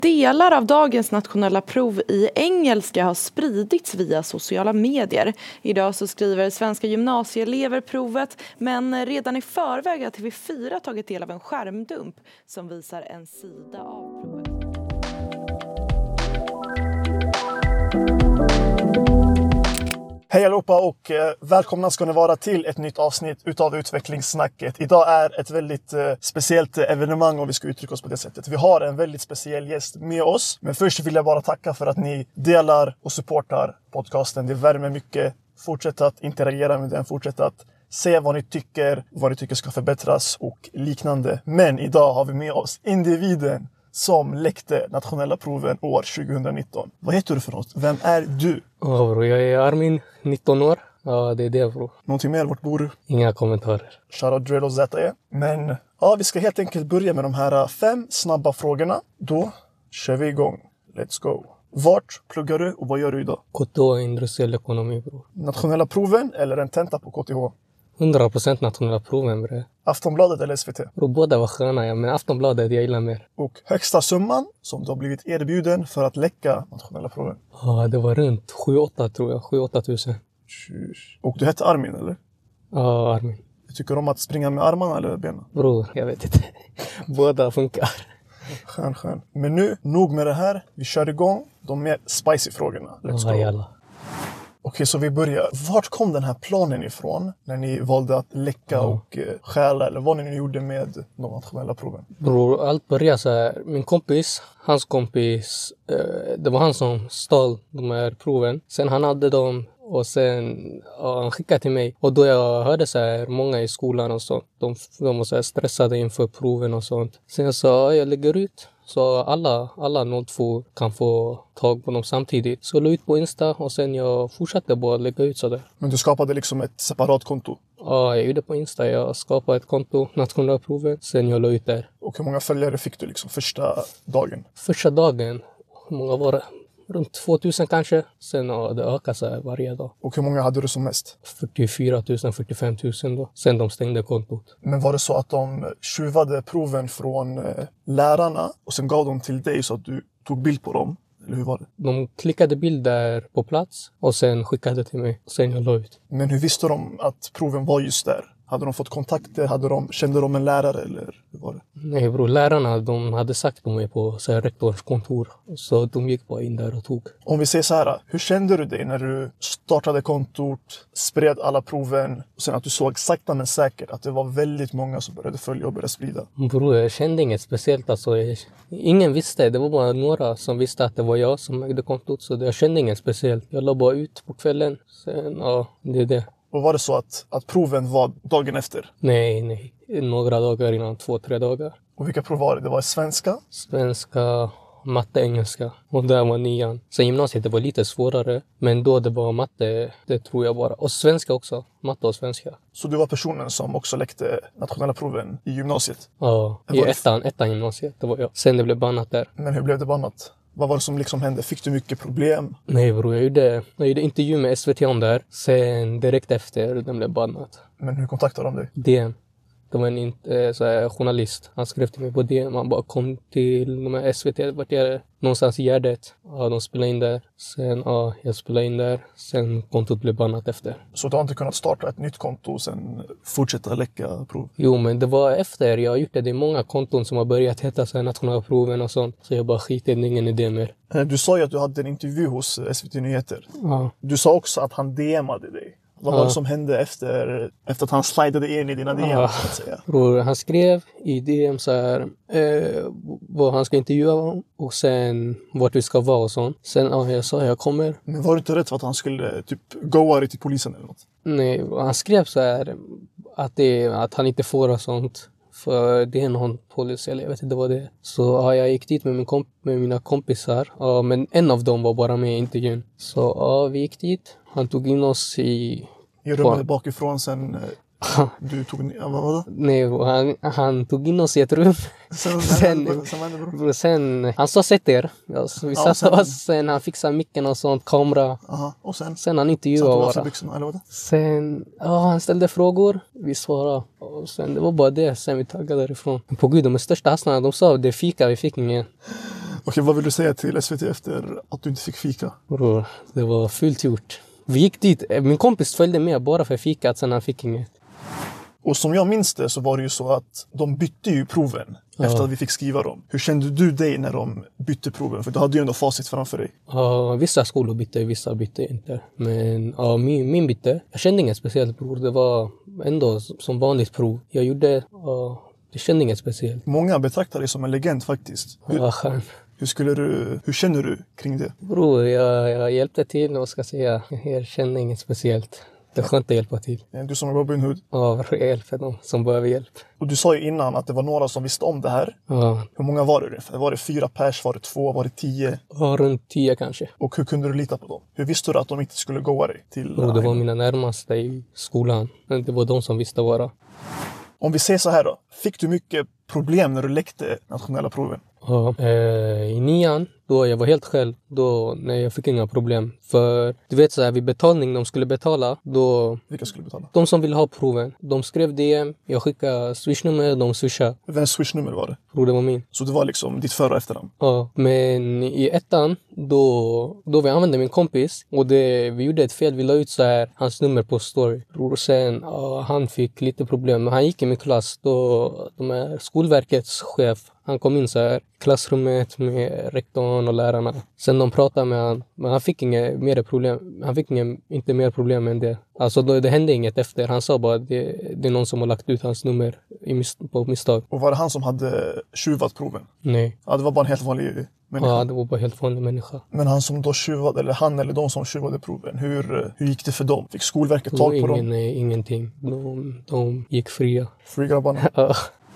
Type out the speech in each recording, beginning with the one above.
Delar av dagens nationella prov i engelska har spridits via sociala medier. Idag så skriver svenska gymnasieelever provet, men redan i förväg har TV4 tagit del av en skärmdump som visar en sida av provet. Hej allihopa och välkomna ska ni vara till ett nytt avsnitt utav Utvecklingssnacket. Idag är ett väldigt speciellt evenemang om vi ska uttrycka oss på det sättet. Vi har en väldigt speciell gäst med oss. Men först vill jag bara tacka för att ni delar och supportar podcasten. Det värmer mycket. Fortsätt att interagera med den. Fortsätt att se vad ni tycker ska förbättras och liknande. Men idag har vi med oss individen som läckte nationella proven år 2019. Vad heter du för något? Vem är du? Bro, jag är Armin, 19 år. Ja, det är det bro. Någonting mer? Vart bor du? Inga kommentarer. Shoutout Drelo ZE. Men ja, vi ska helt enkelt börja med de här 5 snabba frågorna. Då kör vi igång. Let's go. Vart pluggar du och vad gör du idag? KTH industriell ekonomi bro. Nationella proven eller en tenta på KTH? 100% nationella proven bro. Aftonbladet eller SVT? Bro, båda var sköna ja, men Aftonbladet jag gillar mer. Och högsta summan som du har blivit erbjuden för att läcka nationella proven? Ja, det var runt 7-8 tror jag. 7-8 tusen. Och du hette Armin eller? Ja, Armin. Du tycker om att springa med armarna eller benen? Bro, jag vet inte. Båda funkar. Skön. Men nu, nog med det här. Vi kör igång de mer spicy frågorna. Let's go. Jalla. Okej, så vi börjar. Vart kom den här planen ifrån när ni valde att läcka och stjäla? Eller vad ni gjorde med de nationella proven? Bro, allt började så här. Min kompis, hans kompis, det var han som stal de här proven. Sen han hade dem och sen han skickade till mig. Och då jag hörde så här, många i skolan och sånt. De var så här stressade inför proven och sånt. Sen jag sa, jag lägger ut. Så alla 02 kan få tag på dem samtidigt. Så jag la ut på Insta och sen jag fortsatte bara lägga ut sådär. Men du skapade liksom ett separat konto? Ja, jag gjorde på Insta. Jag skapade ett konto, nationella proven. Sen jag la ut där. Och hur många följare fick du liksom första dagen? Första dagen, hur många var det? Runt 2000 kanske. Sen det ökade så här varje dag. Och hur många hade du som mest? 44 000, 45 000 då. Sen de stängde kontot. Men var det så att de tjuvade proven från lärarna och sen gav dem till dig så att du tog bild på dem? Eller hur var det? De klickade bilder på plats och sen skickade till mig. Sen jag la ut. Men hur visste de att proven var just där? Hade de fått kontakter? Kände de en lärare eller hur var det? Nej bror, lärarna de hade sagt på mig på så här, rektors kontor. Så de gick bara in där och tog. Om vi säger så här, hur kände du dig när du startade kontot, spred alla proven och sen att du såg sakta men säkert att det var väldigt många som började följa och började sprida? Bror, jag kände inget speciellt alltså. Ingen visste, det var bara några som visste att det var jag som ägde kontot. Så jag kände inget speciellt. Jag la bara ut på kvällen. Sen det är det. Och var det så att proven var dagen efter? Nej. Några dagar innan, 2-3 dagar. Och vilka prov var det? Det var svenska? Svenska, matte, engelska. Och där var 9. Sen gymnasiet det var lite svårare. Men då det var matte, det tror jag bara. Och svenska också. Matte och svenska. Så du var personen som också läckte nationella proven i gymnasiet? Ja, i ettan gymnasiet. Det var jag. Sen det blev bannat där. Men hur blev det bannat? Vad var det som liksom hände? Fick du mycket problem? Nej bror, jag gjorde intervju med SVT om det här. Sen direkt efter den blev bannat. Men hur kontaktade de dig? DN. Det var en journalist. Han skrev till mig på DN. Man bara kom till de här SVT. Vart är det? Någonstans i Gärdet. Ja, de spelade in där. Sen, jag spelade in där. Sen kontot blev bannat efter. Så du har inte kunnat starta ett nytt konto och sen fortsätta läcka prov? Jo, men det var efter jag har gjort det. Det är många konton som har börjat heta så här nationella proven och sånt. Så jag bara skiter, det är ingen idé mer. Du sa ju att du hade en intervju hos SVT Nyheter. Ja. Du sa också att han DMade dig. Vad var det som hände efter att han slidade in i dina DM, så att säga? Bror, han skrev i DM så här, vad han ska intervjua om och sen vart vi ska vara och sånt. Sen jag sa jag kommer. Men var du inte rädd för att han skulle typ goa dig till polisen eller något? Nej, han skrev så här att han inte får och sånt. För det är någon policy eller jag vet inte vad det är. Så jag gick dit med mina kompisar. Men en av dem var bara med i intervjun. Så vi gick dit. Han tog in oss i rummet bakifrån sen du tog... Vad? Nej, han tog in oss i ett rum. Sen han sa sätt er. Alltså, vi satt oss. Sen han fixade micken och sånt, kamera. Aha. Och sen han intervjuade bara. Sen han ställde frågor. Vi svarade. Och sen det var bara det. Sen vi taggade därifrån. På gud, de största hasslarna, de sa det fika, vi fick ingen. Okej, vad vill du säga till SVT efter att du inte fick fika? Bror, det var fult gjort. Vi gick dit, min kompis följde med bara för fikat, sen han fick inget. Och som jag minns det så var det ju så att de bytte ju proven efter att vi fick skriva dem. Hur kände du dig när de bytte proven? För du hade ju ändå facit framför dig. Ja, vissa skolor bytte, vissa bytte inte. Men ja, min bytte. Jag kände inget speciellt, bror. Det var ändå som vanligt prov. Jag gjorde, jag kände inget speciellt. Många betraktar dig som en legend faktiskt. Hur känner du kring det? Bror, jag hjälpte till, vad ska jag säga. Jag kände inget speciellt. Det är skönt att hjälpa till. Du som är Robin Hood. Ja, jag hjälper dem som behöver hjälp. Och du sa ju innan att det var några som visste om det här. Ja. Hur många var det? Var det 4 pers? Var det 2? Var det 10? Ja, runt 10 kanske. Och hur kunde du lita på dem? Hur visste du att de inte skulle goa dig till? Och det var mina närmaste i skolan. Det var de som visste bara. Om vi säger så här då. Fick du mycket problem när du läckte nationella proven? Ja, i 9:an, då jag var helt själv, då när jag fick inga problem. För du vet så här, vid betalning, de skulle betala, då... Vilka skulle betala? De som ville ha proven. De skrev DM, jag skickade swishnummer, de swishade. Vems swishnummer var det? Bror, det var min. Så det var liksom ditt för- och efternamn? Ja, men i 1:an, då vi använde min kompis och vi gjorde ett fel, vi la ut så här hans nummer på story. Bror, sen han fick lite problem. Han gick i min klass, då de är Skolverkets chef. Han kom in så här i klassrummet med rektorn och lärarna. Sen de pratade med han, men han fick inget mer problem. Han fick inte mer problem än det. Alltså det hände inget efter. Han sa bara att det är någon som har lagt ut hans nummer på misstag. Och var det han som hade tjuvat proven? Nej. Ja, det var bara en helt vanlig människa. Ja, det var bara en helt vanlig människa. Men han som då tjuvade, eller han eller de som tjuvade proven, hur gick det för dem? Fick Skolverket tag på dem? Nej, ingenting. De gick fria. Free grabbarna? Ja.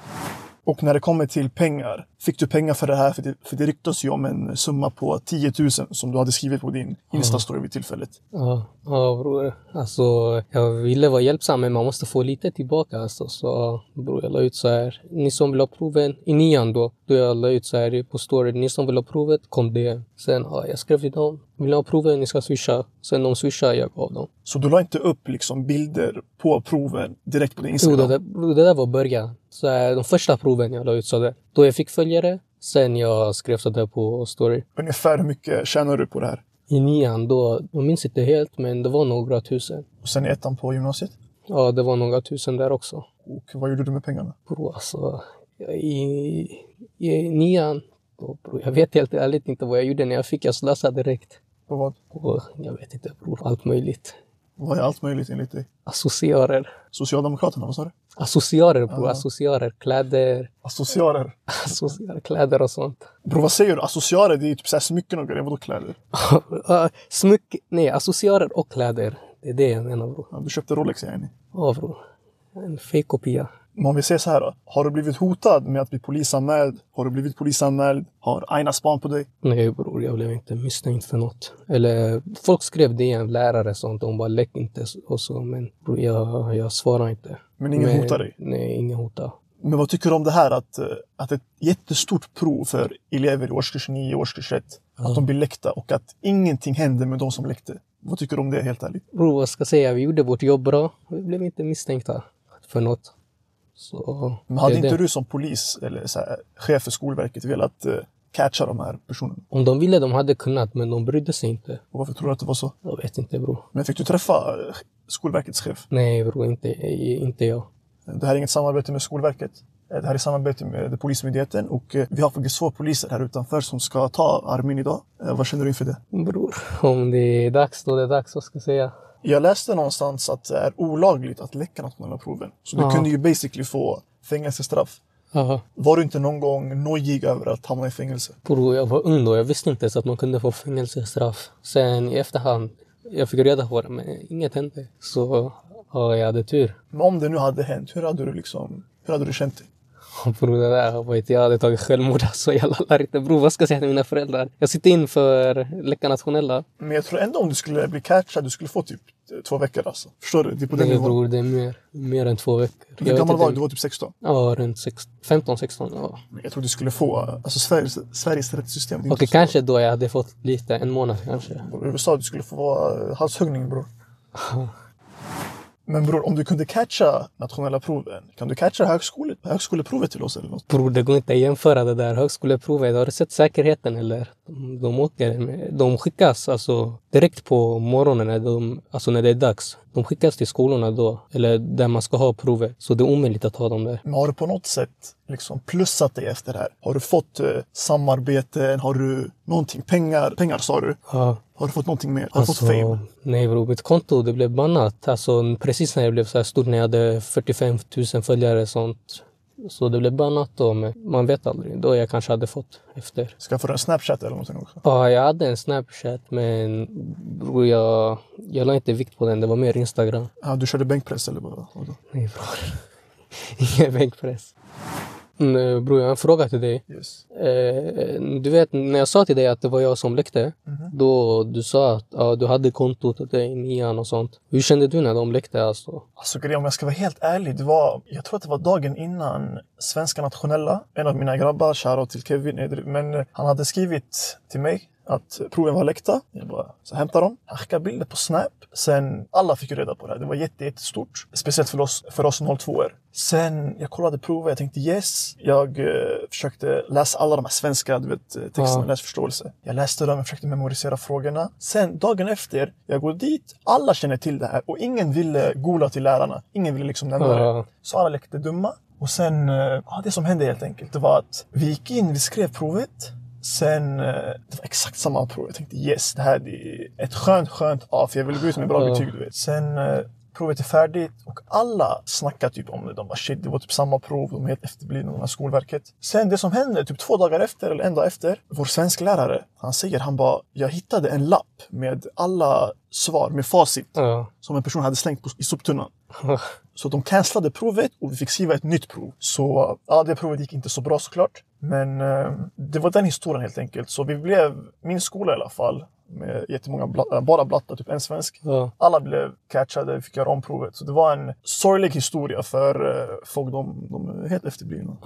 Och när det kommer till pengar, fick du pengar för det här? För det ryktas ju om en summa på 10 000 som du hade skrivit på din Insta-story vid tillfället. Ja, bror. Alltså, jag ville vara hjälpsam, men man måste få lite tillbaka. Alltså. Så bror, jag la ut så här. Ni som vill ha proven, i 9:an då jag la ut så här på story. Ni som vill ha provet, kom det. Sen jag skrev till dem. Vill ni ha proven, ni ska swisha. Sen de swishade, jag gav dem. Så du la inte upp liksom bilder på proven direkt på din Instagram? Jo, det där var början. Så här, de första proven jag la ut så där. Då jag fick följare, sen jag skrev så där på story. Ungefär hur mycket tjänar du på det här? I 9:an då, jag minns inte helt, men det var några tusen. Och sen i 1:an på gymnasiet? Ja, det var några tusen där också. Och vad gjorde du med pengarna? Bro, alltså, i 9:an, bro, jag vet helt ärligt inte vad jag gjorde när jag fick. Jag slösade direkt. På vad? Och jag vet inte, bror. Allt möjligt. Vad är allt möjligt enligt dig? Associerer. Socialdemokraterna, vad sa du? Associerer, bror. Associerer. Kläder. Associerer? Associerer, kläder och sånt. Bror, vad säger du? Associerer, det är ju typ så här smycken och grejer. Vadå kläder? Nej, associerer och kläder. Det är det jag menar, bror. Ja, du köpte Rolex, yani. Ja, bror. En fake-kopia. Men om vi säger så här då. Har du blivit hotad med att bli polisanmäld? Har du blivit polisanmäld? Har Aina span på dig? Nej, bror. Jag blev inte misstänkt för något. Eller folk skrev det en lärare sånt. De bara läck inte och så. Men bror, jag svarar inte. Men ingen hotar dig? Nej, ingen hotar. Men vad tycker du om det här att ett jättestort prov för elever i årskurs 9 och årskurs 1, att de blir läckta och att ingenting händer med de som läckte? Vad tycker du om det, helt ärligt? Bror, vad ska jag säga? Vi gjorde vårt jobb bra. Vi blev inte misstänkta för något. Så, men hade inte du som polis eller så här, chef för Skolverket velat catcha de här personerna? Om de ville, de hade kunnat, men de brydde sig inte. Och varför tror du att det var så? Jag vet inte, bror. Men fick du träffa Skolverkets chef? Nej, bror, inte jag. Det här är inget samarbete med Skolverket. Det här är samarbete med Polismyndigheten och vi har faktiskt 2 poliser här utanför som ska ta Armin idag. Vad känner du inför det? Bror, om det är dags, då är det dags, vad ska jag säga? Jag läste någonstans att det är olagligt att läcka nationella proven. Så du kunde ju basically få fängelsestraff. Aha. Var du inte någon gång nojig över att hamna i fängelse? Bror, jag var ung då. Jag visste inte så att man kunde få fängelsestraff. Sen i efterhand, jag fick reda på det, men inget hände. Så jag hade tur. Men om det nu hade hänt, hur hade du känt dig? Bror, det där jag hade tagit självmord. Alltså, jag lallar inte. Bror, vad ska jag säga till mina föräldrar? Jag sitter in för läcka nationella. Men jag tror ändå om du skulle bli catchad, du skulle få typ 2 veckor alltså. Förstår du? Det är på den Nej, nivån. bror, det är mer än 2 veckor. Hur gammal var du? Du var typ 16? Ja, runt 15-16. Ja. Jag tror du skulle få, alltså Sveriges rättssystem. Okej, kanske då jag hade fått lite, en månad kanske. I USA du skulle få halshögning, bror. Men bror, om du kunde catcha nationella proven, kan du catcha högskoleprovet till oss eller något? Bror, det går inte att jämföra det där högskoleprovet. Har du sett säkerheten eller? De skickas alltså direkt på morgonen när det är dags. De skickas till skolorna då, eller där man ska ha provet. Så det är omöjligt att ha dem där. Men har du på något sätt liksom plussat dig efter det här? Har du fått samarbeten? Har du någonting? Pengar sa du? Ja. Har du fått någonting mer? Har du fått fame? Nej bro, mitt konto det blev bannat. Alltså precis när jag blev så här stort, när jag hade 45 000 följare sånt. Så det blev bannat då, men man vet aldrig. Då jag kanske hade fått efter. Ska du en Snapchat eller någonting också? Ja, jag hade en Snapchat, men bror, jag la inte vikt på den. Det var mer Instagram. Ja, du körde bänkpress eller vad? Nej bror, ingen bänkpress. Bror, jag har en fråga till dig. Yes. Du vet, när jag sa till dig att det var jag som läckte, då du sa att du hade kontot och det i 9 och sånt. Hur kände du när de läckte alltså? Alltså om jag ska vara helt ärlig, jag tror att det var dagen innan svenska nationella. En av mina grabbar, shoutout till Kevin, men han hade skrivit till mig att proven var läckta. Jag bara, så hämtade dem. Han skickade bilder på Snap. Sen alla fick ju reda på det här. Det var jättestort. Speciellt för oss 02-er. Sen jag kollade provet. Jag tänkte yes. Jag försökte läsa alla de här svenska texterna, läsförståelse. Jag läste dem och försökte memorisera frågorna. Sen dagen efter, jag går dit. Alla känner till det här. Och ingen ville gola till lärarna. Ingen ville liksom nämna det. Så alla lekte dumma. Och sen, det som hände helt enkelt, det var att vi gick in, vi skrev provet. Sen, det var exakt samma prov. Jag tänkte yes, det här är ett skönt A, för jag vill gå ut med bra betyg, du vet. Sen, provet är färdigt och alla snackar typ om det. De bara shit, det var typ samma prov, de är helt efterblivna, de här Skolverket. Sen det som hände, typ 2 dagar efter eller en dag efter, vår svensklärare, han bara, jag hittade en lapp med alla svar, med facit, som en person hade slängt i soptunnan. Så de cancellade provet och vi fick skriva ett nytt prov. Så det provet gick inte så bra såklart. Men det var den historien helt enkelt. Så vi blev, min skola i alla fall, med jättemånga bara blattar, typ en svensk. Alla blev catchade, fick göra om provet. Så det var en sorglig historia för folk, de är helt efterblivna.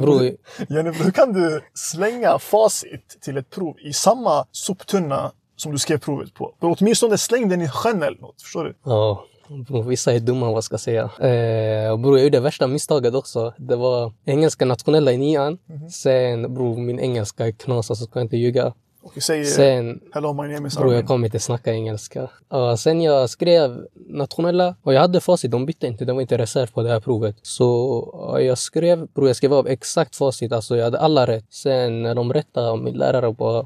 Hur kan du slänga facit till ett prov i samma soptunna som du skrev provet på? För åtminstone släng den i sjön eller något, förstår du? Ja. Vissa är dumma, vad ska jag säga. Bror, jag gjorde värsta misstaget också. Det var engelska nationella i 9. Sen, bror, min engelska är knas, så ska jag inte ljuga. Sen, hello, my name is Armin. Bror, jag kommer inte snacka engelska. Sen jag skrev nationella och jag hade facit, de bytte inte, det var inte reserv på det här provet. Så jag skrev av exakt facit, alltså jag hade alla rätt. Sen när de rättade, min lärare bara,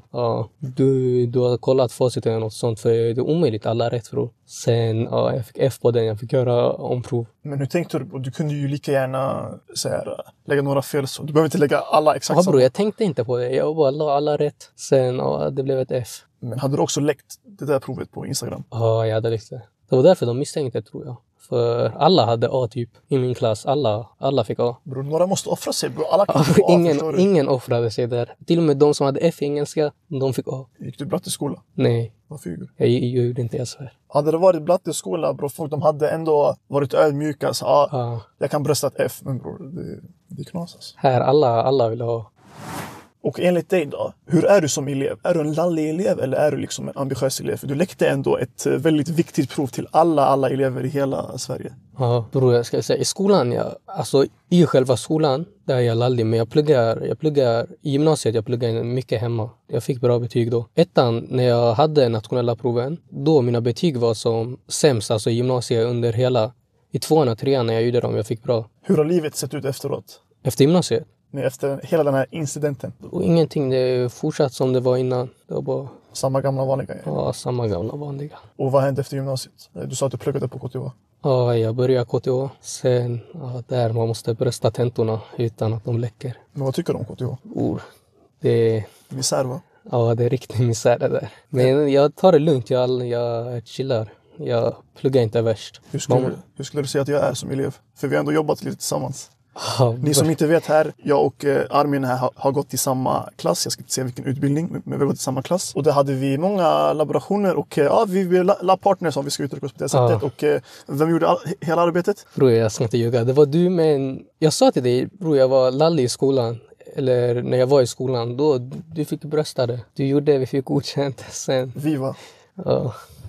du har kollat facit eller något sånt, för det är omöjligt alla rätt, bror. Sen jag fick F på den, jag fick göra omprov. Men hur tänkte du? Du kunde ju lika gärna lägga några fel, så du behöver inte lägga alla exakt samma. Bror, jag tänkte inte på det, jag bara la alla rätt. Sen det blev ett F. Men hade du också läckt det där provet på Instagram? Ja, jag hade läckt det. Det var därför de misstänkte, tror jag. För alla hade A typ i min klass. Alla fick A. Bror, några måste offra sig. Bror, alla kan få A, ingen offrade sig där. Till och med de som hade F i engelska, de fick A. Gick du blatt i skola? Nej. Varför? Jag gjorde inte, jag svär. Hade det varit blatt i skola, bror, folk de hade ändå varit ödmjuka. Så jag kan brösta ett F. Men bror, det knasas. Här, alla vill ha. Och enligt dig då, hur är du som elev? Är du en lallig elev eller är du liksom en ambitiös elev? För du läckte ändå ett väldigt viktigt prov till alla elever i hela Sverige. Ja, bror, jag ska säga i skolan, i själva skolan, där är jag lallig, men jag pluggar i gymnasiet, jag pluggar mycket hemma. Jag fick bra betyg då. 1, när jag hade nationella proven, då mina betyg var som sämst, alltså i gymnasiet under hela. I 2 och 3 när jag gjorde dem, jag fick bra. Hur har livet sett ut efteråt? Efter gymnasiet? Efter hela den här incidenten? Och ingenting, det fortsatt som det var innan. Det var bara... Samma gamla vanliga? Ja, samma gamla vanliga. Och vad hände efter gymnasiet? Du sa att du pluggade på KTH. Ja, jag började KTH. Sen, där man måste brösta tentorna utan att de läcker. Men vad tycker du om KTH? Det är... Misär, va? Ja, det är riktigt misär det där. Men jag tar det lugnt, jag chillar. Jag pluggar inte värst. Hur skulle du säga att jag är som elev? För vi har ändå jobbat lite tillsammans. Ni som inte vet här, jag och Armin här har gått i samma klass. Jag ska inte säga vilken utbildning, men vi har gått i samma klass. Och där hade vi många laborationer och vi labpartners om vi ska uttrycka oss på det sättet. Och vem gjorde hela arbetet? Bror, jag ska inte ljuga. Det var du, men jag sa till dig, bror, jag var lallig i skolan. Eller när jag var i skolan, då du fick brösta det. Du gjorde det, vi fick godkänt sen. Vi var? Ja.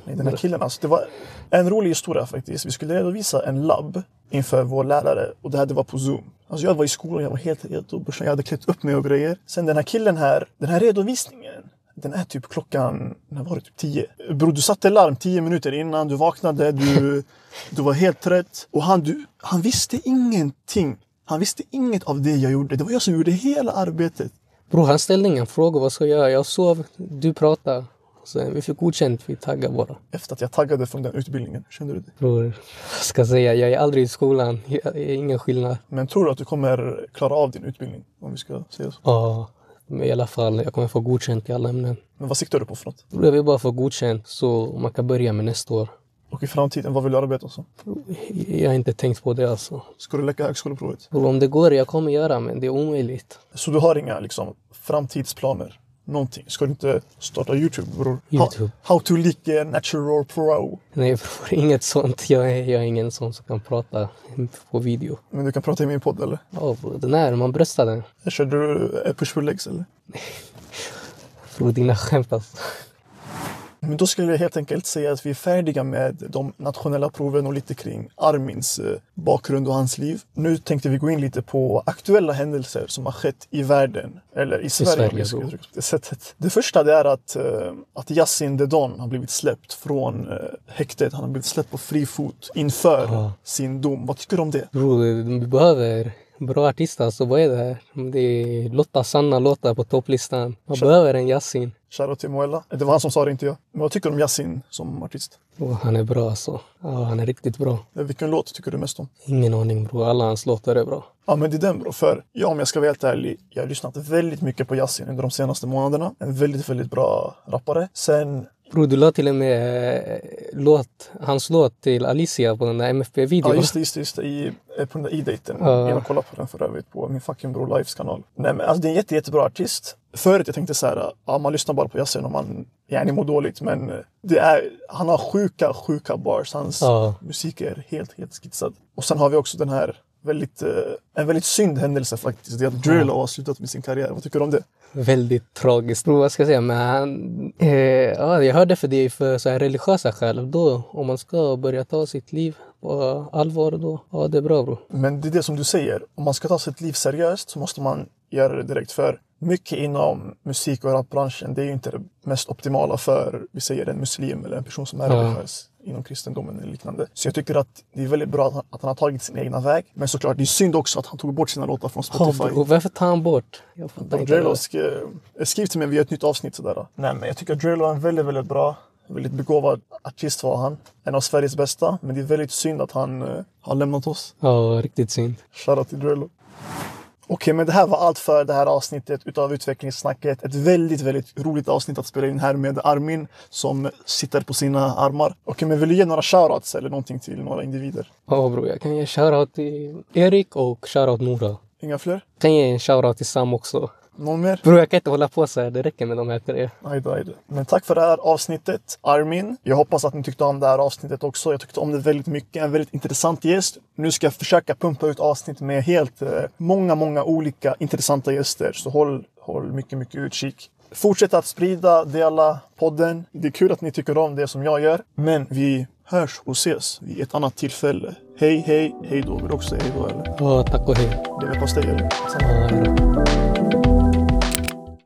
Nej, den här killen alltså, det var en rolig historia faktiskt. Vi skulle redovisa en labb inför vår lärare och det var på Zoom. Alltså jag var i skolan, jag var helt redo. Jag hade klätt upp mig och grejer. Sen den här killen här, den här redovisningen, den är typ klockan, när var det? Typ 10. Bror, du satte larm 10 minuter innan, du vaknade, du var helt trött. Och han visste ingenting. Han visste inget av det jag gjorde. Det var jag som gjorde hela arbetet. Bror, han ställde inga frågor. Vad ska jag göra? Jag sov, du pratade. Så vi fick godkänt, vi taggade bara. Efter att jag taggade från den utbildningen, kände du det? Bror, jag ska säga, jag är aldrig i skolan. Jag är ingen skillnad. Men tror du att du kommer klara av din utbildning? Om vi ska säga så. Ja, men i alla fall, jag kommer få godkänt i alla ämnen. Men vad siktar du på för något? Jag vill bara få godkänt så man kan börja med nästa år. Och i framtiden, vad vill du arbeta så? Jag har inte tänkt på det alltså. Ska du lägga högskoleprovet? Bror, om det går, jag kommer göra, men det är omöjligt. Så du har inga liksom framtidsplaner? Någonting? Ska du inte starta YouTube, bror? YouTube. How to leak a natural pro? Nej bror, inget sånt. Jag är ingen sån som kan prata på video. Men du kan prata i min podd, eller? Ja bror, den här, man bröstar den. Körde du push-pull-legs, eller? Bror, dina skämt alltså. Men då skulle jag helt enkelt säga att vi är färdiga med de nationella proven och lite kring Armins bakgrund och hans liv. Nu tänkte vi gå in lite på aktuella händelser som har skett i världen, eller i Sverige. Det första det är att Yasin Dedon har blivit släppt från häktet. Han har blivit släppt på fri fot inför sin dom. Vad tycker du om det? Bror, vi behöver bra artister, alltså vad är det här? Det är Lotta Sanna låtar på topplistan. Man behöver en Yasin. Shoutout till Moella. Det var han som sa det, inte jag. Men vad tycker du om Yasin som artist? Han är bra alltså. Ja, han är riktigt bra. Vilken låt tycker du mest om? Ingen aning bror, alla hans låtar är bra. Ja, men det är den, bro. För om jag ska vara helt ärlig, jag har lyssnat väldigt mycket på Yasin under de senaste månaderna. En väldigt, väldigt bra rappare. Sen... Bror, du la till och med hans låt till Alicia på den där MFB-videon. Ja, just det. På den där e-daten. Jag kollar på den för övrigt på min fucking bror Lives kanal. Nej, men alltså det är en jättebra artist. Förut jag tänkte så här, man lyssnar bara på Yasin om man gärna mår dåligt. Men han har sjuka bars. Hans musik är helt skitsad. Och sen har vi också den här en väldigt synd händelse faktiskt. Det är att Drillo har slutat med sin karriär. Vad tycker du om det? Väldigt tragiskt. Vad ska jag säga? Men jag hörde för det för så här religiösa skäl. Då, om man ska börja ta sitt liv på allvar då, det är bra bro. Men det är det som du säger. Om man ska ta sitt liv seriöst så måste man göra det direkt. För mycket inom musik- och rapbranschen, det är ju inte det mest optimala för, vi säger, en muslim eller en person som är religiös inom kristendomen eller liknande. Så jag tycker att det är väldigt bra att han har tagit sin egna väg. Men såklart, det är synd också att han tog bort sina låtar från Spotify. Och varför tar han bort? Drillo skriv till mig via ett nytt avsnitt sådär. Nej, men jag tycker att Drillo är en väldigt, väldigt bra, väldigt begåvad artist var han. En av Sveriges bästa. Men det är väldigt synd att han har lämnat oss. Ja, riktigt synd. Shoutout till Drillo. Okej, men det här var allt för det här avsnittet utav utvecklingssnacket. Ett väldigt, väldigt roligt avsnitt att spela in här med Armin som sitter på sina armar. Okej, men vill du ge några shoutouts eller någonting till några individer? Ja bror, jag kan ge shoutout till Erik och shoutout Nora. Inga fler? Jag kan ge en shoutout till Sam också. Någon mer? Bror, jag kan inte hålla på så här. Det räcker med de här 3. Ajde. Men tack för det här avsnittet, Armin. Jag hoppas att ni tyckte om det här avsnittet också. Jag tyckte om det väldigt mycket. En väldigt intressant gäst. Nu ska jag försöka pumpa ut avsnitt med helt många olika intressanta gäster. Så håll mycket utkik. Fortsätt att dela podden. Det är kul att ni tycker om det som jag gör. Men vi hörs och ses vid ett annat tillfälle. Hej då. Vill du också säga hej då eller? Ja, tack och hej. Det är väl på steg eller? Ja, hej då.